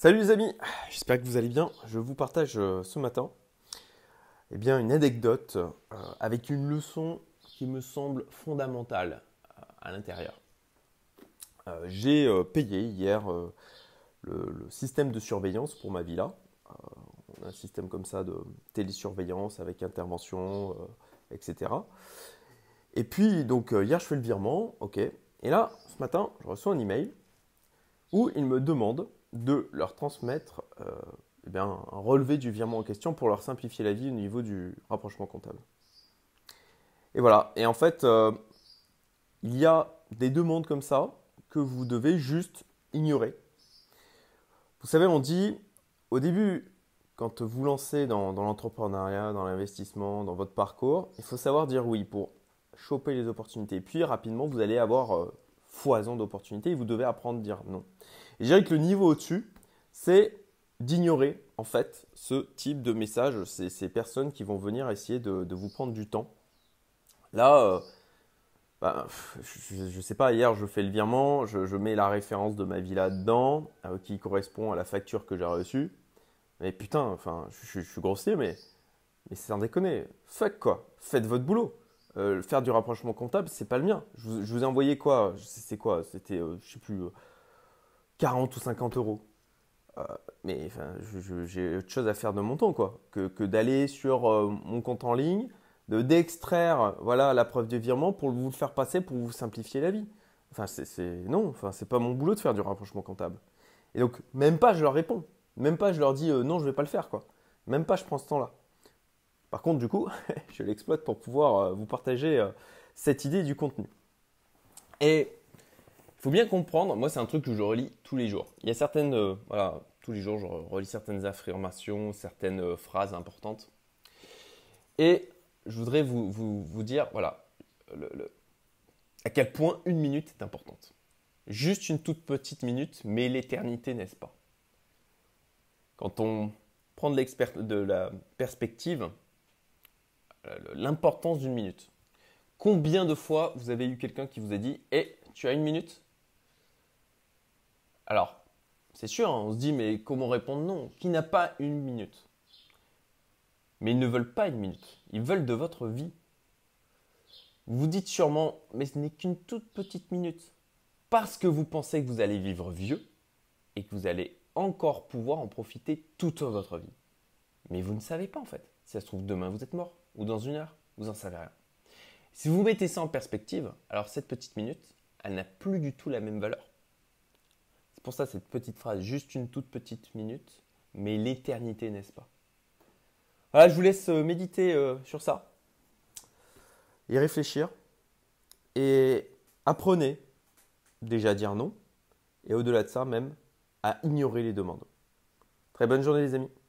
Salut les amis, j'espère que vous allez bien. Je vous partage ce matin une anecdote avec une leçon qui me semble fondamentale à l'intérieur. J'ai payé hier le système de surveillance pour ma villa. On a un système comme ça de télésurveillance avec intervention, etc. Et puis donc hier je fais le virement, ok. Et là, ce matin, je reçois un email où ils me demandent de leur transmettre un relevé du virement en question pour leur simplifier la vie au niveau du rapprochement comptable. Et voilà. Et en fait, il y a des demandes comme ça que vous devez juste ignorer. Vous savez, on dit au début, quand vous lancez dans l'entrepreneuriat, dans l'investissement, dans votre parcours, il faut savoir dire oui pour choper les opportunités. Puis rapidement, vous allez avoir foison d'opportunités et vous devez apprendre à dire non. Et je dirais que le niveau au-dessus, c'est d'ignorer en fait ce type de message, ces personnes qui vont venir essayer de vous prendre du temps. Là, je ne sais pas, hier je fais le virement, je mets la référence de ma villa dedans, qui correspond à la facture que j'ai reçue. Mais putain, enfin, je suis grossier, mais c'est sans déconner. Fuck quoi, faites votre boulot. Faire du rapprochement comptable, c'est pas le mien. Je vous ai envoyé quoi? C'est quoi? C'était, je sais plus, 40 ou 50 euros. Mais enfin, j'ai autre chose à faire de mon temps, quoi, que d'aller sur mon compte en ligne, d'extraire voilà, la preuve de virement pour vous le faire passer, pour vous simplifier la vie. Enfin, non, enfin, c'est pas mon boulot de faire du rapprochement comptable. Et donc, même pas je leur réponds. Même pas je leur dis non, je vais pas le faire, quoi. Même pas je prends ce temps-là. Par contre, du coup, je l'exploite pour pouvoir vous partager cette idée du contenu. Et il faut bien comprendre, moi c'est un truc que je relis tous les jours. Il y a certaines, voilà, tous les jours je relis certaines affirmations, certaines phrases importantes. Et je voudrais vous dire, voilà, à quel point une minute est importante. Juste une toute petite minute, mais l'éternité, n'est-ce pas? Quand on prend de la perspective, l'importance d'une minute. Combien de fois vous avez eu quelqu'un qui vous a dit «Eh, tu as une minute?» Alors, c'est sûr, hein, on se dit mais comment répondre non? Qui n'a pas une minute? Mais ils ne veulent pas une minute, ils veulent de votre vie. Vous vous dites sûrement mais ce n'est qu'une toute petite minute. Parce que vous pensez que vous allez vivre vieux et que vous allez encore pouvoir en profiter toute votre vie. Mais vous ne savez pas en fait. Si ça se trouve demain vous êtes mort ou dans une heure, vous n'en savez rien. Si vous mettez ça en perspective, alors cette petite minute, elle n'a plus du tout la même valeur. C'est pour ça cette petite phrase, juste une toute petite minute, mais l'éternité, n'est-ce pas? Voilà, je vous laisse méditer sur ça, y réfléchir et apprenez déjà à dire non et au-delà de ça même à ignorer les demandes. Très bonne journée les amis.